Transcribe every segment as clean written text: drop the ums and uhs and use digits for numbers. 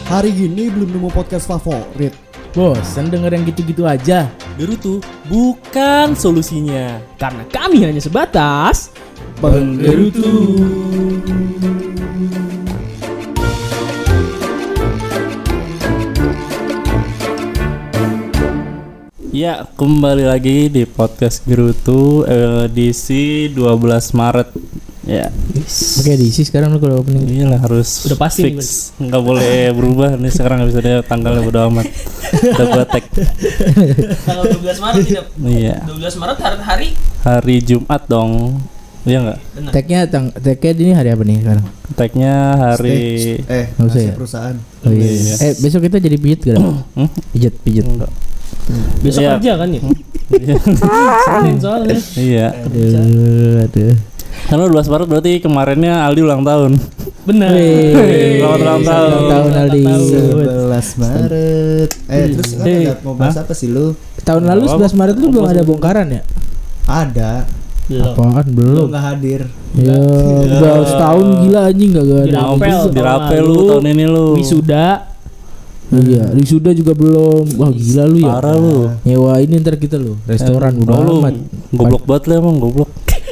Hari gini belum nemu podcast favorit. Bosan denger yang gitu-gitu aja. Gerutu bukan solusinya. Karena kami hanya sebatas Penggerutu. Ya, kembali lagi di podcast Gerutu edisi 12 Maret. Ya. Oke, diisi sekarang lu kalau opening. Iyalah harus Udah pasti fix. Enggak boleh berubah nih sekarang episode tanggalnya bodo amat. Udah gua tag. Tanggal 12 Maret tidak? Iya. 12 Maret hari Hari Jumat dong. Iya enggak? Tagnya ini hari apa nih sekarang? Tagnya hari Nggak usah ya? Perusahaan. Oh iya. Iya. Besok kita jadi pijit gak? Pijit. Enggak. besok Iya. kerja kan ya? Iya. Senin soalnya. Iya. Aduh. Karena 12 Maret berarti kemarinnya Aldi ulang tahun. Benar. Selamat ulang tahun. Tahun Aldi. 11 Maret. Terus mau bahas apa sih lu? Tahun lalu 11 Maret lu belum ada bongkaran ya? Ada. Belum. Apaan Lu belum? nggak hadir. Ya, udah setahun gila anjing gak ada. Dirapel. Dirapel lu tahun ini lu. Wisuda. Iya, wisuda juga belum. Wah gila lu ya. Parah lu. Nyewa ini ntar kita lu restoran udah lu amat. goblok banget lu emang goblok.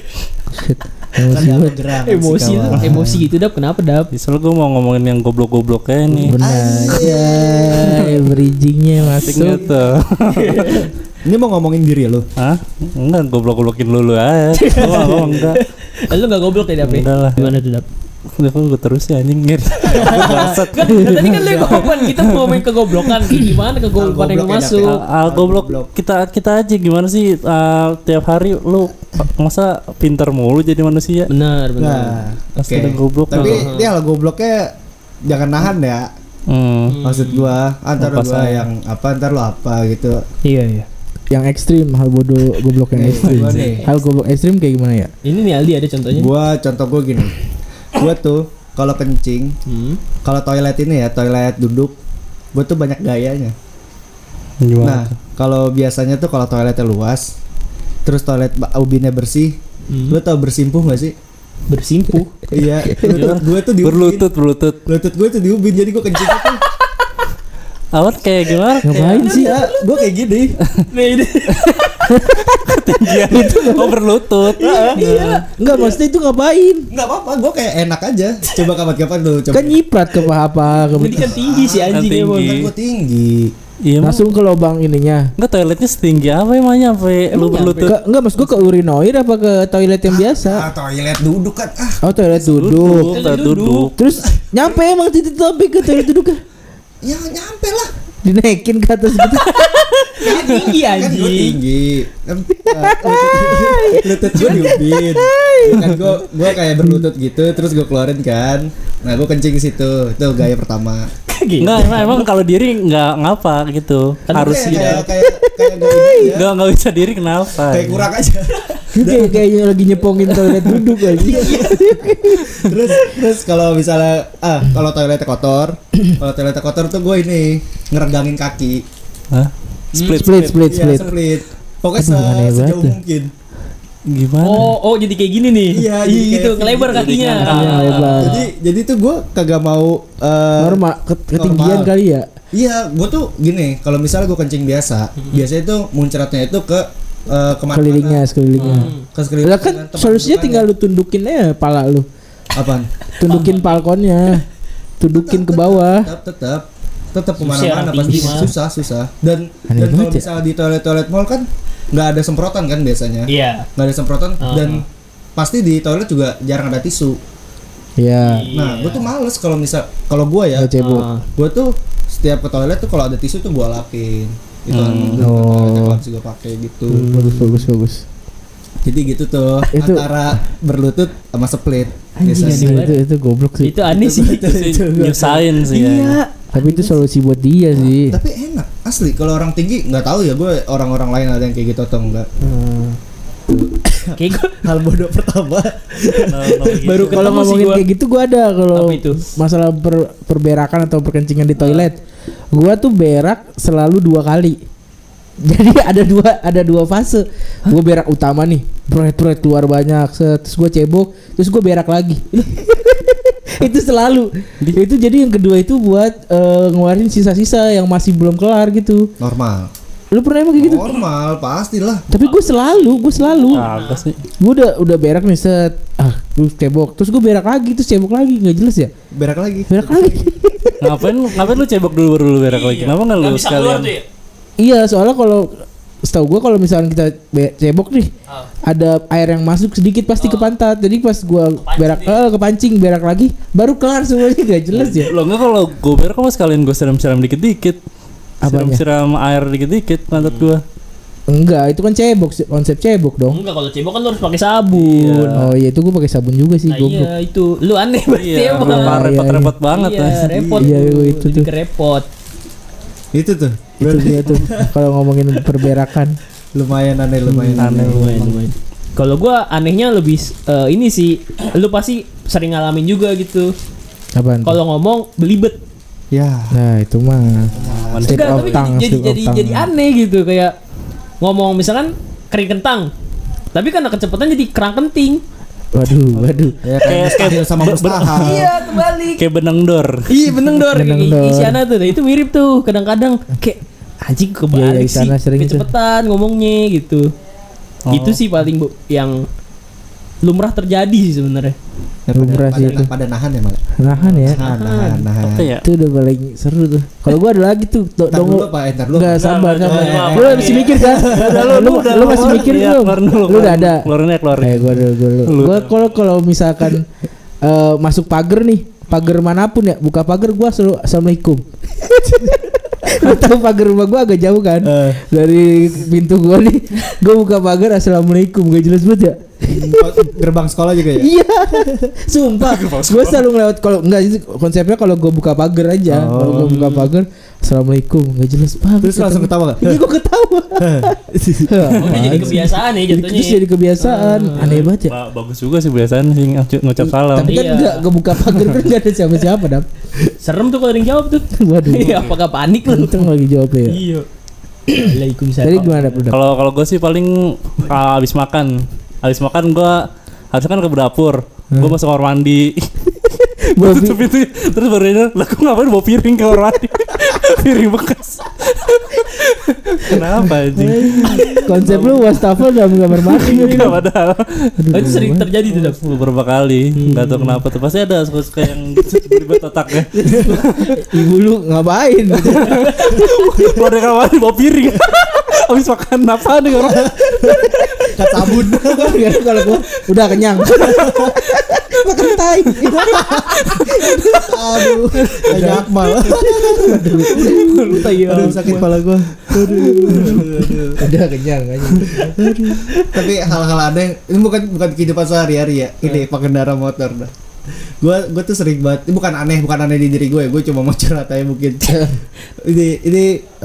Kan Emosi ada banget. gerangan si Emosi lu, kawan. emosi gitu dap. Kenapa dap? Misal gue mau ngomongin yang goblok-goblok kayak nih. Benar. Ya, bridgingnya Asik masuk. gitu. Ini mau ngomongin diri lu. Hah? Enggak goblok-goblokin lu aja. Gua enggak. Lu enggak goblok ya dap? Enggak lah. Gimana tuh dap? Udah gue terus ya anjing ngir. Bangsat. Kan tadi kan lu yang ngomong kita mau main kegoblokan. Gimana kegoblokan yang Goblok ya, masuk? Dap, Goblok kita aja gimana sih tiap hari lu masa pintar mulu jadi manusia? Benar. Nah, Pasti oke. ada goblok. Tapi dia lah gobloknya jangan nahan ya. Maksud gua antar Apa gua saya? yang apa antar lo apa gitu. Iya. Yang ekstrim, hal bodoh goblok yang Nih, ekstrim. gua nih. Hal goblok ekstrim kayak gimana ya? Ini nih Aldi ada contohnya. Contoh gua gini. Gua tuh kalau kencing, kalau toilet ini ya, toilet duduk, gua tuh banyak gayanya. Nah, Gimana? kalau biasanya tuh kalau toiletnya luas, terus toilet ubinnya bersih, lu tau bersimpuh gak sih? Bersimpuh. Iya, lutut gue tuh diubin. Berlutut. Lutut gue tuh diubin, jadi gue kencing tuh. Awat kayak gimana? Ngapain sih? Iya, gue kayak gini. Nih ini. Oh berlutut. Iya. Enggak, maksudnya itu ngapain? Nggak apa-apa, gue kayak enak aja. Coba kapan-kapan dulu. Coba. Kan nyiprat ke apa? Ini kan tinggi sih anjing Kan emang. tinggi. Kan gue tinggi. Iya. Langsung ke lubang ininya. Enggak toiletnya setinggi apa emangnya sampai lu berlutut? Enggak, maksud gua ke urinoir apa ke toilet yang biasa? Toilet duduk kan. Oh, toilet duduk. Duduk. Terus nyampe emang titik sampai ke toilet duduk kan? Ya nyampe lah. Dinaikin ke atas gitu. Kan tinggi Kan gue anjing. tinggi. Lutut gue diubin. Kan gue kayak berlutut gitu, terus gue keluarin kan. Nah gue kencing di situ. Itu gaya pertama. Enggak, emang kalau diri enggak ngapa gitu. Harus kayak gak ini aja. enggak bisa diri kenapa? Kayak kurang aja. Kayaknya lagi nyepongin toilet duduk aja. terus kalau misalnya kalau toiletnya kotor tuh gue ini ngeregangin kaki. Hah? Split. Iya, split. Pokoknya Aduh, aneh sejauh banget. mungkin. Gimana? Oh jadi kayak gini nih. Iya, jadi kayak gitu, ngelebar gitu. kakinya. Iya, lebar. Jadi tuh gue kagak mau Normal ketinggian normal. kali ya. Iya, gue tuh gini, kalau misalnya gue kencing biasa, biasanya tuh muncratnya itu ke kemana-mana. Sekelilingnya. Ke sekeliling. Lah kan solusinya tinggal lu tundukin aja pala lu. Apaan? Tundukin balkonnya. Tundukin ke bawah. Tetap Susah, kemana-mana tinggi pasti mah. susah. Dan Aneh kalau banget ya. misalnya di toilet mall kan nggak ada semprotan kan biasanya. Iya. Nggak ada semprotan dan pasti di toilet juga jarang ada tisu. Iya. Nah, gue tuh males kalau gue ya, Nggak cebok. gue tuh setiap ke toilet tuh kalau ada tisu tuh gue lapin. Itu Oh. harus gue pakai gitu. Bagus. Jadi gitu tuh Itu- antara berlutut sama split. Anjing, Biasanya. itu goblok sih. Itu aneh sih. Nyusahin sih Iya. kayaknya. Tapi itu solusi buat dia sih. Tapi enak asli kalau orang tinggi nggak tahu ya gue orang-orang lain ada yang kayak gitu atau enggak. Kayak gue Hal bodoh pertama. baru Kalau ketemu sih ngomongin gua. kayak gitu gua ada kalau Apa itu? masalah perberakan atau perkencingan di toilet. Gua tuh berak selalu 2 kali. Jadi ada dua fase. Gue berak utama nih, proyek keluar banyak, terus gue cebok, terus gue berak lagi. Itu selalu. Itu jadi yang kedua itu buat ngeluarin sisa-sisa yang masih belum kelar gitu. Normal. Lu pernah emang kayak gitu? Normal, pastilah. Tapi gue selalu. Kagak sih. Gue udah berak nih set. Gue cebok. Terus gue berak lagi, terus cebok lagi, nggak jelas ya? Berak lagi. Berak lagi. Ngapain lu cebok dulu baru lu berak lagi? Kenapa enggak lu bisa keluar sekalian? tuh ya? Iya, soalnya kalau setahu gue kalau misalnya kita cebok nih, ada air yang masuk sedikit pasti ke pantat. Jadi pas gue berak kepancing berak lagi, baru kelar semuanya, nggak jelas ya? Lo enggak, kalau gue berak kok sekalian gue siram-siram dikit-dikit. Apanya? Siram air dikit-dikit pantat gue. Enggak, itu kan cebok, konsep cebok dong. Enggak, kalau cebok kan lu harus pakai sabun. Oh iya, itu gue pakai sabun juga sih, Nah goblok. iya itu, lu aneh berarti Iya, emang. repot-repot banget Iya, lah. repot. Iya, tuh. itu Jadi tuh. kerepot. Itu tuh. Itu dia tuh kalau ngomongin perberakan. Lumayan aneh. Lumayan. Kalau gua anehnya lebih ini sih, lu pasti sering ngalamin juga gitu. Apaan? Kalau ngomong belibet. Ya. Nah, itu mah slip Enggak, of tapi tongue, slip of tongue. jadi aneh gitu, kayak ngomong misalkan kering kentang. Tapi karena kecepatan jadi kerang kenting. Waduh. Ya kayak mustahil sama mustahil. Iya, kebalik. Kayak benang dor. Iya, beneng dor. Beneng dor. Isyana tuh. Nah, itu mirip tuh. Kadang-kadang kayak anjing Iya, kebalik sih. Isyana sering itu. Kecepatan ngomongnya gitu. Itu sih paling yang lumrah terjadi sih sebenarnya. Lumrah sih itu. Pada nahan ya malah. Nahan ya. Nahan. Apa ya? Itu udah paling seru tuh. Kalau gua ada lagi tuh, Entar dulu Pak, entar dulu. Enggak, sabar. Sabar. Lu masih mikir kan? Lu masih mikir Iya, belum? keluarin dulu, Lu udah ada. Keluarin. Gua dulu. Gua kalau misalkan masuk pagar nih, pagar manapun ya, buka pagar gua selalu assalamualaikum. Lu tahu pagar rumah gua agak jauh kan? Dari pintu gua nih, gua buka pagar assalamualaikum, gak jelas banget ya. Gerbang sekolah juga ya? Iya, sumpah. Gue selalu ngelewat kalau enggak itu konsepnya kalau gue buka pagar aja. Kalau gue buka pagar, assalamualaikum, nggak jelas banget. Terus langsung ketawa gak? Iya gue ketawa. Udah jadi kebiasaan ya jatuhnya. Terus jadi kebiasaan, aneh banget ya. Bagus juga sih biasanya sih ngucap salam. Tapi kan Iya. enggak, gue buka pagar kan enggak ada siapa-siapa dap. Serem tuh kalau ada yang jawab tuh. Waduh. Iya, apakah panik lu? Untung lagi jawabnya ya. Iya. Waalaikumsalam. Jadi gimana dap? Kalau gue sih paling habis makan gue harusnya kan ke dapur. Gue masuk kamar mandi. Gue tutup itu terus baru ini lah, gue ngapain bawa piring ke kamar mandi. Piring bekas. Kenapa anjing? Konsep lu wastafel dalam gambar mati gitu. Enggak, padahal Oh, itu sering terjadi tuh, Dap. beberapa kali. Enggak tahu kenapa tuh. Pasti ada suka-suka yang ribet otaknya. Ibu lu ngapain? Keluar dari kamar mandi bawa piring. Habis makan apa nih orang? Kat sabun. Karena kalau gua udah kenyang. Makan tai. Aduh, kayak Akmal. Aduh, sakit kepala gua. Udah kenyang aja. Tapi hal-hal aneh ini bukan kehidupan sehari-hari ya. Ini pengendara motor dah. Gua tuh sering banget. Ini bukan aneh di diri gue. Gue cuma mau curhat aja mungkin. ini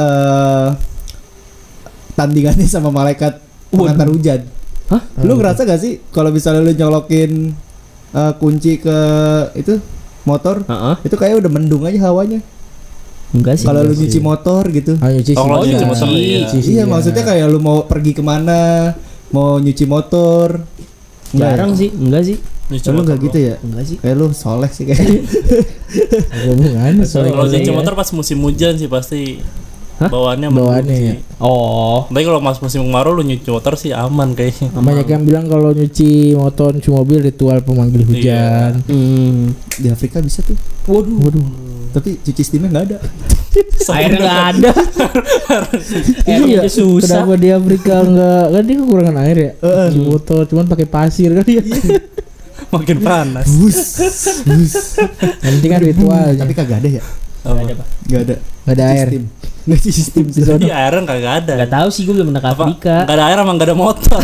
tandingannya sama malaikat pengantar hujan. Hah? Lu ngerasa gak sih kalau misalnya lu nyolokin kunci ke itu motor, itu kayak udah mendung aja hawanya. Enggak sih. Kalau lu nyuci motor gitu. Oh, nyuci. Kalau nyuci motor Iya, maksudnya kayak lu mau pergi kemana, mau nyuci motor. Jarang sih, enggak sih. Lu enggak gitu ya? Enggak sih. Kayak lu soleh sih kayak. Hubungannya Kalau soalnya. nyuci motor pas musim hujan sih pasti. Hah? Bawaannya ya. Oh, Tapi kalau mas musim kemarau lu nyuci motor sih aman kayaknya. Banyak yang bilang kalau nyuci motor, nyuci mobil ritual pemanggil hujan. Di Afrika bisa tuh. Waduh. Tapi cuci steamnya nggak ada. airnya enggak ada. Airnya aja susah. Kenapa di Afrika enggak? Kan dia kekurangan air ya. Cuci motor cuman pakai pasir kan ya. Makin panas. Yang penting kan ritual. Tapi kagak ada ya? Enggak ada, Pak. Nggak ada. Nggak ada air. Nggak cuci steam. Jadi airnya kagak ada. Enggak tahu sih, gue belum pernah ke Afrika. Enggak ada air emang enggak ada motor.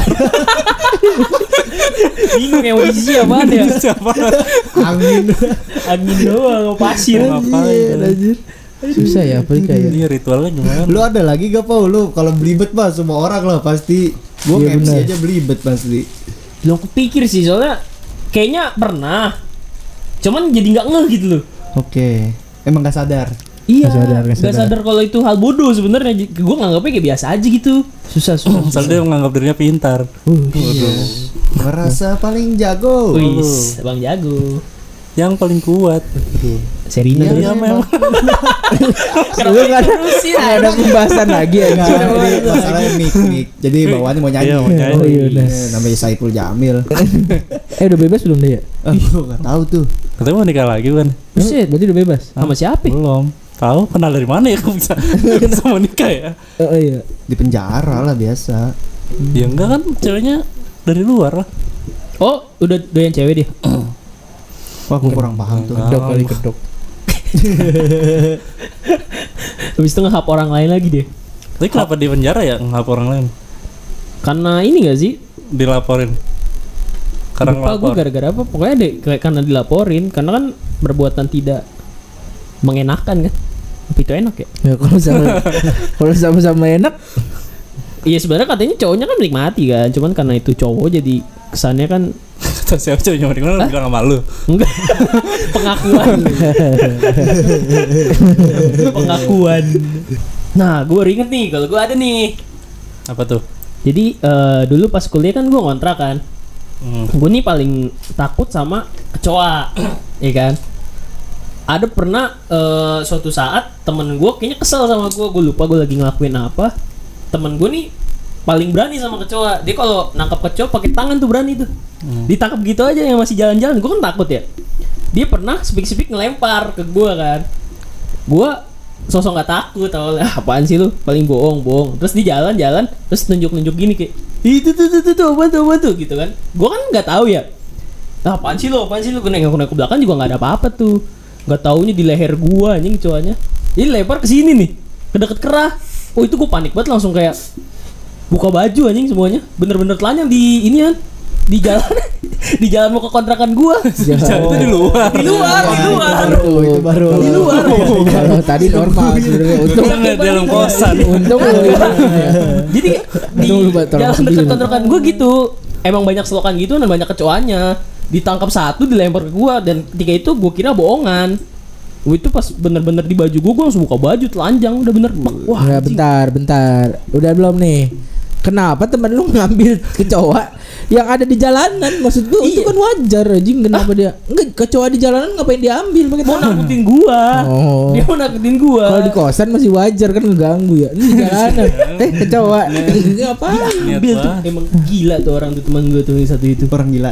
Bingung yang posisi apaan ya? Siapa? Angin doang, mau pasir. Ngapain? Susah ya Afrika ya. Ini ritualnya gimana? Lu ada lagi gak Pau? Lu kalau belibet mah semua orang lah pasti. Gua Iya, MC benar. aja belibet pasti. Belum kepikir sih, soalnya kayaknya pernah. Cuman jadi nggak ngeh gitu loh. Oke. Emang gak sadar. Iya, Nggak nggak sadar kalau itu hal bodoh sebenarnya. Gue nganggapnya kayak biasa aja gitu. Susah. Soalnya dia menganggap dirinya pintar. Merasa paling jago. Wis, Bang jago. yang paling kuat. Serina Iya terus. memang. Lu nggak ada pembahasan lagi ya. Enggak, ini masalahnya mik. Jadi bawaannya mau nyanyi. Iya, mau nyanyi. Oh iya udah. Namanya Saiful Jamil. Udah bebas belum dia? Gue enggak tahu tuh. Katanya mau nikah lagi kan? Buset. Berarti udah bebas. Sama siapa? Belum. Tahu kenal dari mana ya kok bisa sama nikah ya? Oh iya. Di penjara lah biasa. Ya enggak kan ceweknya dari luar lah. Oh, udah doyan cewek dia. Wah, gue kurang paham tuh. Kedok kali kedok. Habis itu ngehap orang lain lagi dia. Tapi kenapa di penjara ya ngap orang lain? Karena ini gak sih? Dilaporin. Karena Lupa gue ngelapor. gara-gara apa? Pokoknya deh kayak karena dilaporin. Karena kan perbuatan tidak mengenakan kan. Tapi itu enak ya. Ya kalau sama-sama enak. Iya sebenarnya katanya cowoknya kan menikmati kan. Cuman karena itu cowok jadi kesannya kan Kata siapa cowoknya mau dimana bilang sama lu. enggak pengakuan. Pengakuan. Nah, gue inget nih kalau gue ada nih. Apa tuh? Jadi dulu pas kuliah kan gue ngontrak kan. Gue nih paling takut sama kecoa, ya kan. Ada pernah suatu saat temen gue kayaknya kesel sama gue lupa gue lagi ngelakuin apa. Temen gue nih paling berani sama kecoa. Dia kalau nangkap kecoa pakai tangan tuh berani tuh. Ditangkap gitu aja yang masih jalan-jalan. Gue kan takut ya. Dia pernah sepik-sepik ngelempar ke gue kan. Gue sosok nggak takut, awalnya apaan sih lu, paling bohong. Terus dia jalan-jalan, terus nunjuk-nunjuk gini kayak itu tuh apa tuh gitu kan. Gue kan nggak tahu ya. Nah, apaan sih lu? Gue nengok ke belakang juga nggak ada apa-apa tuh. Nggak taunya di leher gue anjing kecoanya. Jadi lempar ke sini nih, ke deket kerah. Oh itu gue panik banget langsung kayak buka baju anjing semuanya. Bener-bener telanjang di ini kan. Di jalan di jalan mau ke kontrakan gua. Itu di luar. Di luar. Itu baru. Di luar. Kalau tadi normal sebenarnya. Untung Untung nggak di dalam kosan. untung lu Jadi di Untung lu tolong jalan sendiri. dekat kontrakan gua gitu. Emang banyak selokan gitu dan banyak kecoanya. Ditangkap satu dilempar ke gua dan ketika itu gua kira bohongan. Itu pas bener-bener di baju gua langsung buka baju telanjang udah bener. Wah, ya, anjing. bentar. Udah belum nih? Kenapa temen lu ngambil kecoa yang ada di jalanan? Maksud gua itu Iya. kan wajar anjing. Kenapa dia? Enggak, kecoa di jalanan ngapain diambil pakai Mau tangan? nakutin gua. Oh. Dia mau nakutin gua. Kalau di kosan masih wajar kan ngeganggu ya. Ini di jalanan. Kecoa. Ini apaan? Niat Ambil tuh. banget. Emang gila tuh orang tuh teman gua tuh yang satu itu. Orang gila.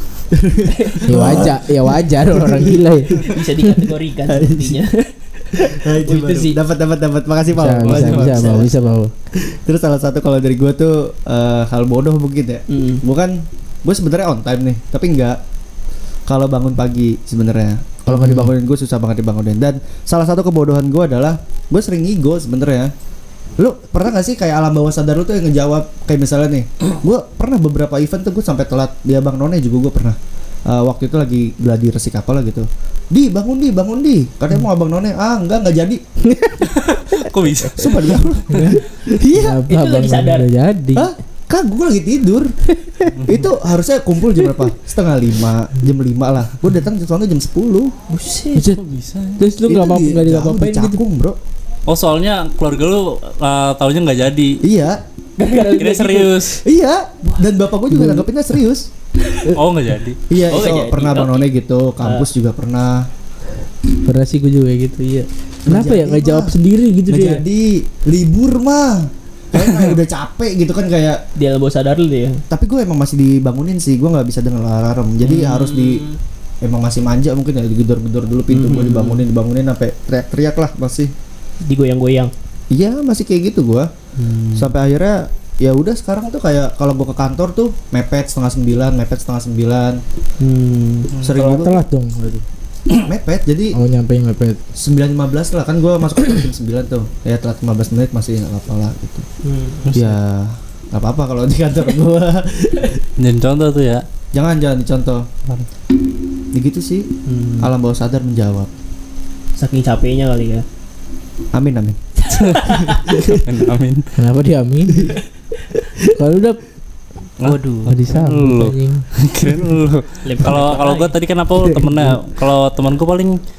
Ya wajar orang gila ya. Bisa dikategorikan sepertinya. Itu sih. Dapat. Makasih Pak. Bisa mau. Terus salah satu kalau dari gue tuh hal bodoh mungkin ya. Bukan, gue sebenarnya on time nih, tapi enggak. Kalau bangun pagi sebenarnya, kalau nggak dibangunin gue susah banget dibangunin. Dan salah satu kebodohan gue adalah gue sering ngigo sebenarnya. Lu pernah gak sih kayak alam bawah sadar lu tuh yang ngejawab kayak misalnya nih, gue pernah beberapa event tuh gue sampai telat. Di Abang None juga gue pernah. Waktu itu lagi gladi resik apa lah gitu. Bangun di. Katanya mau Abang None. Enggak jadi. Kok bisa? Sumpah dia. Iya. Itu lagi sadar. Udah jadi. Hah? Kak, gue lagi tidur. Itu harusnya kumpul jam berapa? 4:30, jam 5 lah. Gue datang soalnya jam 10. Buset. Kok bisa? Terus lu Itu nggak diapa-apain gitu. Cakung, bro. Oh soalnya keluarga lu taunya nggak jadi. Iya. Kira serius. Iya. Dan bapak gue juga nanggepinnya serius. Oh nggak jadi. Iya, Oh, so, nggak jadi. pernah Bang Oke. None gitu. Kampus juga pernah. Pernah sih gue juga gitu, iya. Kenapa ya jadi, nggak jawab mah. sendiri gitu Nggak dia? jadi libur mah. Kayak udah capek gitu kan kayak. Dia alam bawah sadar lu deh ya. Tapi gue emang masih dibangunin sih. Gue nggak bisa denger alarm. Jadi harus di emang masih manja mungkin ya, digedor-gedor dulu pintu gue dibangunin sampai teriak-teriak lah masih. Digoyang-goyang. Iya masih kayak gitu gua. Sampai akhirnya ya udah sekarang tuh kayak kalau gua ke kantor tuh mepet 8:30, sering Kalau juga telat dong. Aduh. mepet. Jadi Oh nyampe mepet. 9:15 lah kan gua masuk kantor jam 9 tuh. Ya telat 15 menit masih nggak apa-apa lah gitu. Ya nggak apa-apa kalau di kantor gua. Jadi contoh tuh ya. jangan dicontoh. Ya gitu sih. Alam bawah sadar menjawab. Saking capeknya kali ya. Amin. Amin. Kenapa dia amin? Kalau udah Waduh. nggak disambut Lu. anjing. Kirain lu. Kalau gua tadi kan apa temennya? Kalau temanku paling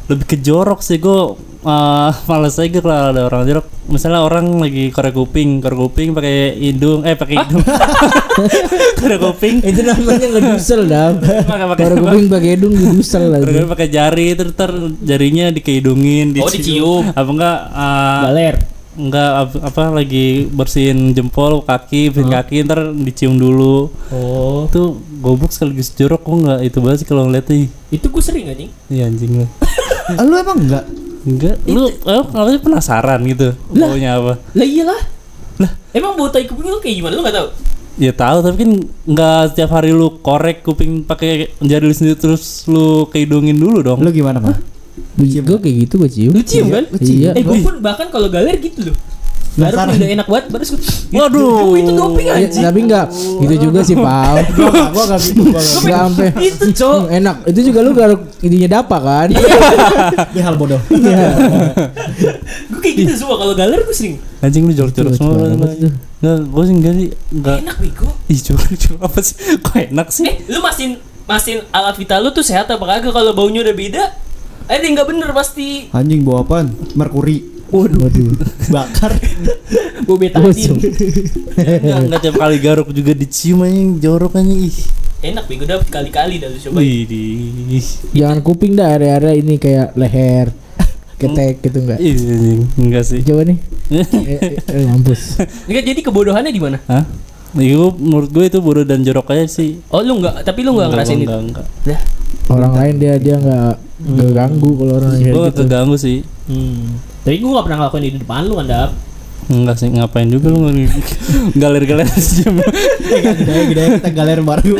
lebih ke jorok sih gue. Males aja kalau ada orang jorok. Misalnya orang lagi korek kuping pakai hidung, pakai hidung. Korek kuping. Itu namanya ngedusel dah. Korek kuping pakai hidung ngedusel lagi. Korek kuping pakai jari, terus jarinya dikeidungin, dicium. Apa enggak? Galer. Enggak apa lagi bersihin jempol kaki ntar dicium dulu. Itu goblok sekaligus jorok. Kok enggak itu banget sih kalau ngeliatnya. Itu gue sering anjing. Iya anjing lu. Lu emang enggak? Enggak, lu kalau penasaran gitu baunya apa? Lah iyalah. Lah, emang bau tai kuping lu kayak gimana? Lu enggak tahu? Ya tahu, tapi kan enggak setiap hari lu korek kuping pakai jari lu sendiri terus lu keidungin dulu dong. Lu gimana, Pak? Gue kayak gitu gue cium. Lu cium kan? Iya. Gue pun bahkan kalau galer gitu loh. Garuk udah enak banget baru Waduh. itu doping anjing. Tapi enggak gitu juga sih, Pau. Gua enggak gitu. Enggak sampai. Itu cok. Enak. Itu juga lu garuk ininya dapa kan? Ini hal bodoh. Gue kayak gitu semua kalau galer gue sering. Anjing lu jorok-jorok semua. Enggak, gua sih enggak sih. Enggak. Enak bego. Ih, jorok apa sih? Kok enak sih? Lu masin alat vital lu tuh sehat apa kagak? Kalau baunya udah beda, ada yang nggak bener pasti. Anjing bawa apaan? Merkuri. Waduh. Bakar. Bau betadin. Enggak tiap kali garuk juga dicium anjing, jorok anjing. Ih. Enak bego, udah kali-kali dah lu coba. Wih. Jangan kuping dah, area-area ini kayak leher, ketek gitu enggak? Ih, anjing. Enggak sih. Coba nih. Mampus. Enggak, jadi kebodohannya di mana? Hah? Itu menurut gue itu bodoh dan jorok aja sih. Oh, lu enggak, tapi lu enggak ngerasain itu. Enggak. Lah, Orang lain dia enggak ganggu kalau orang kayak Gue gitu. keganggu sih. Tapi gue gak pernah ngelakuin di depan lu kan, Dap. Enggak sih, ngapain juga lu galer-galer sejam. Gede kita galer baru.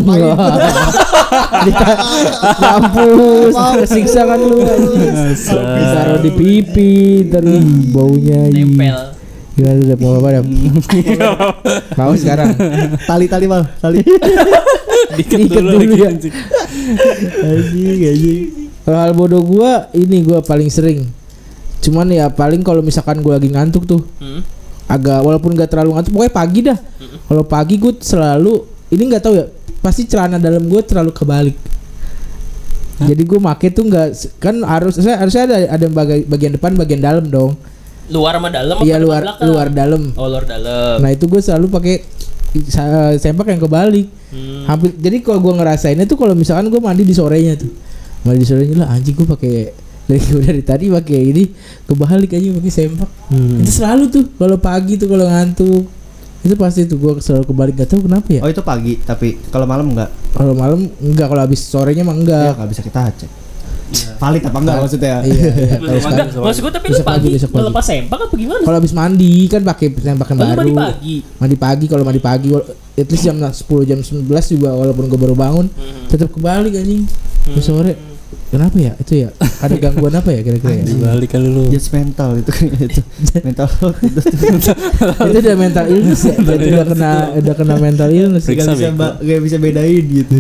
Mampus, kesiksa kan lu. Taruh di pipi, terus baunya Nempel. Gila udah mau apa dah? Mau sekarang. Tali mal, tali. Diket Diket dulu dulu ya. anjing. Anjing. Kalau hal bodoh gua ini gua paling sering. Cuman ya paling kalau misalkan gua lagi ngantuk tuh. Agak walaupun gak terlalu ngantuk, pokoknya pagi dah. Kalau pagi gua selalu ini nggak tahu ya, pasti celana dalam gua terlalu kebalik. Jadi gua make tuh nggak kan harusnya ada bagian depan bagian dalam dong. Luar sama dalam apa Iya depan belakang? luar dalam. Oh, luar dalam. Nah itu gue selalu pakai sempak yang kebalik. Hampir jadi kalau gue ngerasainnya tuh kalau misalkan gue mandi di sorenya tuh, mandi di sorenya lah anjing gue pakai dari tadi pakai ini kebalik aja pakai sempak. Itu selalu tuh kalau pagi tuh kalau ngantuk itu pasti tuh gue selalu kebalik, gak tahu kenapa ya. Oh itu pagi, tapi kalau malam enggak. Kalau malam enggak, kalau habis sorenya mah Ya enggak. enggak bisa kita cek. Valid apa enggak maksudnya? Iya. Kalau Enggak, maksud gue tapi lu besok pagi, pagi besok pagi. ngelepas sempak apa gimana? kalau habis mandi kan pakai sempak yang Lu baru. mandi pagi. Mandi pagi, kalau mandi pagi at least jam 10 jam 11 juga walaupun gue baru bangun tetap kebalik anjing. Terus sore kenapa ya itu ya, ada gangguan apa ya kira-kira ya? Dibalik kali lu. Just mental itu kayaknya itu. Mental health itu. Itu udah mental illness ya, itu udah kena mental illness. Periksa, Gak bisa bedain gitu.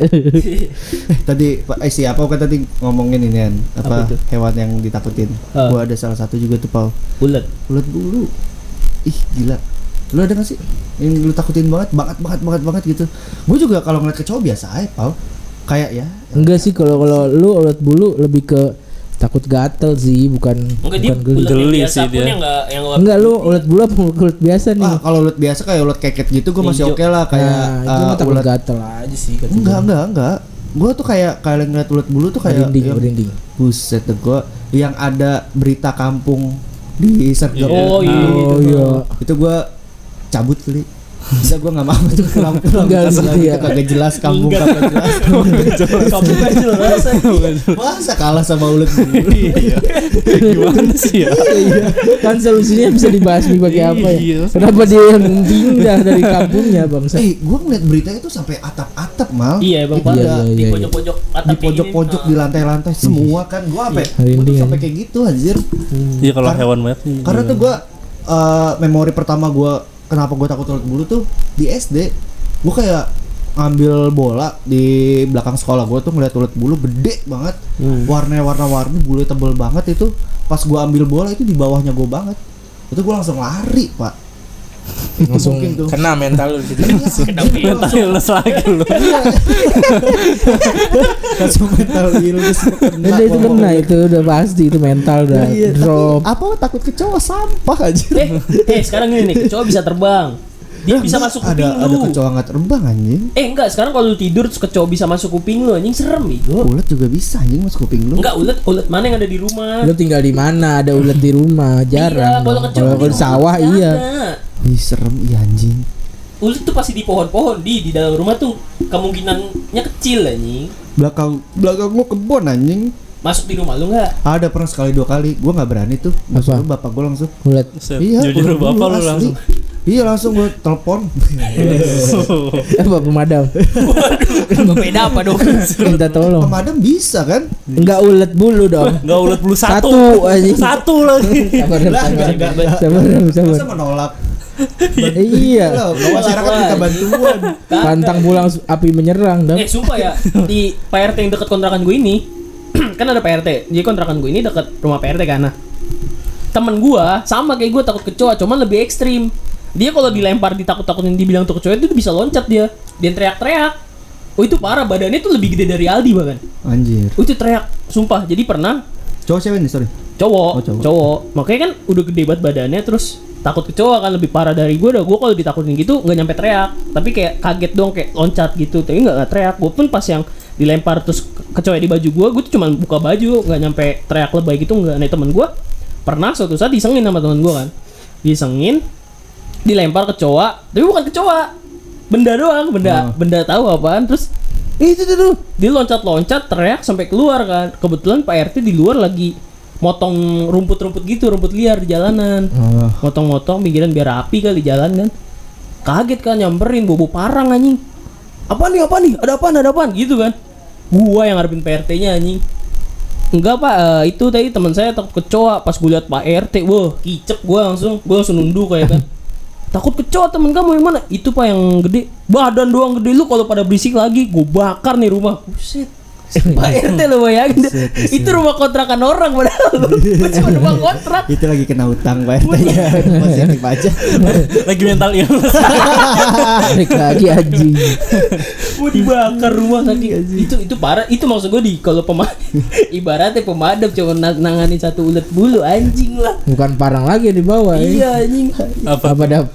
Tadi siapa kan tadi ngomongin ini kan Apa itu? hewan yang ditakutin. Gua ada salah satu juga tuh Pau. Ulet. Ulet bulu. Ih gila. Lu ada gak sih yang lu takutin banget gitu? Gue juga kalau ngeliat kecoa biasa aja Pau. Kayak ya. Enggak sih, kalau lu ulat bulu lebih ke takut gatel sih, bukan Enggak, dia geli. ulet yang Geli biasa sih pun dia. yang enggak Enggak, lu ulat bulu apa ulat biasa nih? Kalau ulet biasa kayak ulet keket gitu gue masih Hijau. oke lah kayak Nah, itu mah takut ulet. gatel aja sih kata Enggak. Gue tuh kayak ngeliat ulet bulu tuh kayak merinding. buset tuh gue yang ada berita kampung di Sergap. Oh iya. Itu gue cabut kali. Bisa gue nggak mau tuh pulang. Enggak gitu ya. Itu kagak jelas kampung kagak jelas. Kamu gak jelas. Masa kalah sama ulet bulu? Gimana sih ya? Kan solusinya bisa dibahas nih pakai apa ya? Iya. Kenapa dia yang pindah dari kampungnya bangsa? Gue ngeliat berita itu sampai atap-atap mal. Iya, Bang Itu Pak. ada Di iya. pojok-pojok atap di kayak gini. pojok-pojok di lantai-lantai semua kan gue gue Merinding tuh sampai ya. kayak gitu anjir. Iya kalau Karena- hewan banyak sih. Karena tuh gue memori pertama gue kenapa gue takut ulet bulu tuh di SD. Gue kayak ngambil bola di belakang sekolah gue tuh ngeliat ulet bulu gede banget, warna-warni bulu tebel banget itu. Pas gue ambil bola itu di bawahnya gue banget, itu gue langsung lari pak. Langsung mungkin tuh. kena mental lu gitu. Mental illness lagi lu. Langsung mental illness. Udah itu kena itu udah pasti itu mental udah Iya, drop. tapi apa takut kecoa sampah aja. Sekarang ini nih, kecoa bisa terbang. Dia bisa masuk kuping ada lu. kecoa nggak terbang anjing. Enggak, sekarang kalau lu tidur terus kecoa bisa masuk kuping lu, anjing serem itu. Ulet juga bisa anjing masuk kuping lu. Enggak, ulet mana yang ada di rumah? Lu tinggal di mana? Ada ulet di rumah, jarang. Iya, kalau kecoa Kalau di sawah iya. Ih serem iya anjing. Ulet tuh pasti di pohon-pohon di dalam rumah tuh kemungkinannya kecil anjing. Belakang gua kebon anjing. Masuk di rumah lu enggak? Ada pernah sekali 2 kali. Gua nggak berani tuh. Masuk Apa? lu, bapak gua langsung. Ulet. Iya, Jujur ulet bapak dulu, lu asli. langsung. Iya langsung gue telepon. Apa pemadam? Beda apa dong? Minta tolong. Pemadam bisa kan? Enggak ulet bulu dong. Enggak ulet bulu Satu satu. anjing. Satu lagi. Sabar, Lah, sabar. Sabar. Masa menolak? Iya. Loh, masyarakat minta bantuan. Pantang pulang api menyerang dong. Sumpah ya, di PRT yang dekat kontrakan gue ini kan ada PRT. Jadi kontrakan gue ini dekat rumah PRT kan. Nah, temen gue sama kayak gue takut kecoa, cuman lebih ekstrim. Dia kalau dilempar ditakut-takutin dibilang tuh kecoa itu bisa loncat dia teriak-teriak. Oh itu parah, badannya tuh lebih gede dari Aldi bahkan. Anjir. Oh itu teriak, sumpah. Jadi pernah Cowok cewek nih, sorry. cowok, Oh, cowok. cowok. Makanya kan udah gede banget badannya, terus takut kecoa kan lebih parah dari gue dah. Gue kalau ditakutin gitu nggak nyampe teriak, tapi kayak kaget dong, kayak loncat gitu. Tapi nggak teriak. Gue pun pas yang dilempar terus kecoa di baju gue tuh cuma buka baju, nggak nyampe teriak lebay gitu nggak. Nah temen gue pernah suatu saat disengin sama temen gue kan, disengin, dilempar kecoa, tapi bukan kecoa, benda doang, benda tahu apaan. Terus itu tuh dia loncat-loncat teriak sampai keluar kan. Kebetulan Pak RT di luar lagi motong rumput-rumput gitu, rumput liar di jalanan. Motong-motong pinggiran biar rapi kali jalan kan. Kaget kan, nyamperin bobo parang anjing. Apa nih? Ada apaan gitu kan. Gua yang ngarepin Pak RT-nya anjing. Enggak Pak, itu tadi teman saya takut kecoa. Pas gue liat Pak RT, wah kicep gue langsung nunduk kayak kan. Takut kecoa temen kamu yang mana? Itu Pak yang gede. Badan doang gede, lu kalau pada berisik lagi gue bakar nih rumah. Buset. Pak RT lo bayangin dah. Itu rumah kontrakan orang padahal. Cuma rumah kontrak. Itu lagi kena utang Pak RT ya. Masih aktif aja. Lagi mental illness. Balik lagi anjing. Mau dibakar rumah saking itu parah. Itu maksud gue di kalau ibaratnya pemadam cuma nanganin satu ulet bulu anjing lah. Bukan parang lagi yang dibawa. Iya anjing. Apa dap?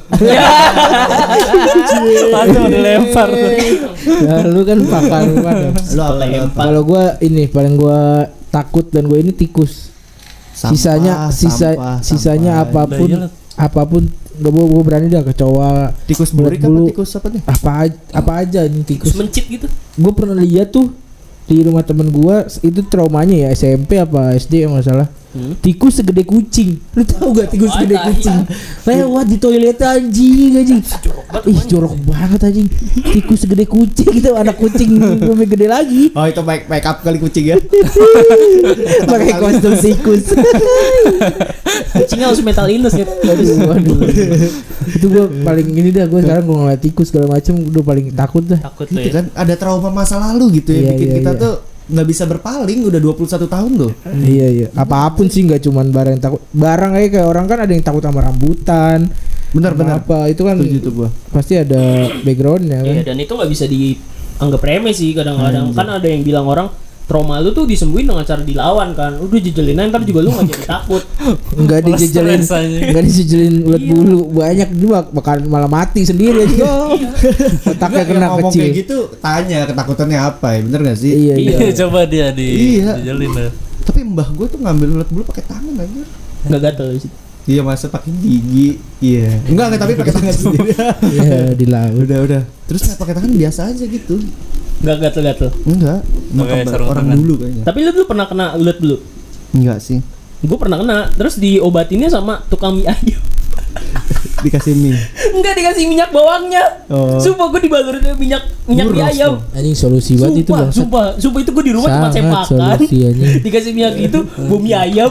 Aduh dilempar. Ya, lu kan pakar pemadam. Lu apa lempar? Kalau gue ini paling gue takut dan gue ini tikus. Sisanya sampah. apapun gak gue berani dah kecoa. Tikus burik apa tikus apa nih? Apa aja ini tikus. Terus mencit gitu. Gue pernah lihat tuh di rumah temen gue, itu traumanya ya SMP apa SD ya nggak salah. Tikus segede kucing. Lu tahu gak tikus segede kucing? Lewat di toilet anjing. Ih jorok banget anjing. Tikus segede kucing gitu, anak kucing lebih gede lagi. Oh itu make up kali kucing ya. Pakai kostum tikus. Kucingnya langsung mental illness gitu. Waduh. Itu gue paling ini dah, gue sekarang gue ngeliat tikus segala macem udah paling takut dah. Takut tuh Itu ya. kan ada trauma masa lalu gitu ya, Iya, bikin iya, kita iya. tuh nggak bisa berpaling udah 21 tahun loh. Iya. Apapun sih, nggak cuman barang yang takut. Barang aja kayak orang kan ada yang takut sama rambutan. Benar-benar. Apa itu kan Setuju tuh gua. pasti ada backgroundnya kan. Iya, dan itu nggak bisa dianggap remeh sih kadang-kadang. Kan ada yang bilang orang trauma lu tuh disembuhin dengan cara dilawan kan. Udah jejelin aja, ntar juga lu nggak jadi takut. Enggak Malah dijejelin, stres aja. enggak dijejelin ulet bulu banyak juga bakal malah mati sendiri aja. Otaknya Enggak, kena yang ngomong kecil. kayak gitu tanya ketakutannya apa ya, bener gak sih? Iya. Iya, coba dia Iya. dijalin dah. Tapi mbah gue tuh ngambil ulet bulu pakai tangan aja. Nggak gatel sih. Iya masa pakai gigi. Iya. Enggak tapi pakai tangan sendiri. Iya, di laut. udah. Terus nggak pakai tangan biasa aja gitu. Nggak gatel-gatel. Enggak. Pakai sarung Orang tangan. dulu kayaknya. Tapi lu dulu pernah kena ulet bulu? Enggak sih. Gue pernah kena. Terus diobatinnya sama tukang mie ayam. Dikasih mie. Enggak dikasih minyak bawangnya. Oh. Sumpah gue dibalurin minyak mie Buros ayam. Anjing solusi banget itu bang. Sumpah itu gue di rumah cuma Sangat sepakan. solusi, anjing. Dikasih minyak itu, bau mie ayam.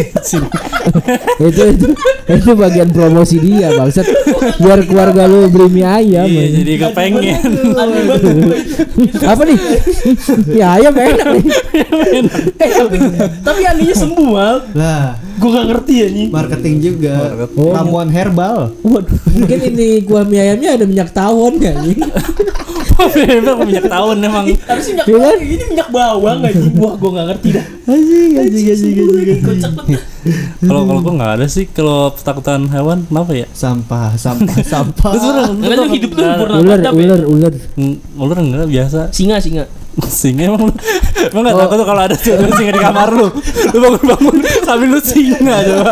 itu bagian promosi dia bangsat. Biar keluarga lu beli mie ayam. Iya, anjing. jadi kepengen. Aneh banget. Apa nih? Ya ayam enak nih. Tapi anehnya sembuh mal. Lah, Gue gak ngerti ya nih. marketing juga. Oh, Ramuan herbal. Waduh, mungkin ini kuah mie ayamnya ada minyak tawon ya nih. Memang minyak tawon emang. Tapi sih minyak Iya kan? bawang, ini minyak bawang aja. Wah, gua enggak ngerti dah. Anjing. Kocak banget. Kalau gue nggak ada sih kalau ketakutan hewan kenapa ya? Sampah. Terus Enggak lu hidup tuh pernah Ular, mantap ya? ular. ular enggak biasa. Singa. Singa emang nggak takut tuh kalau ada singa di kamar lu bangun sambil lu singa coba.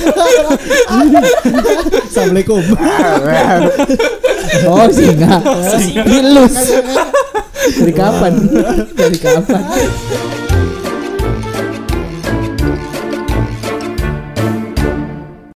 Assalamualaikum. Oh, singa. Ilus. Dari kapan?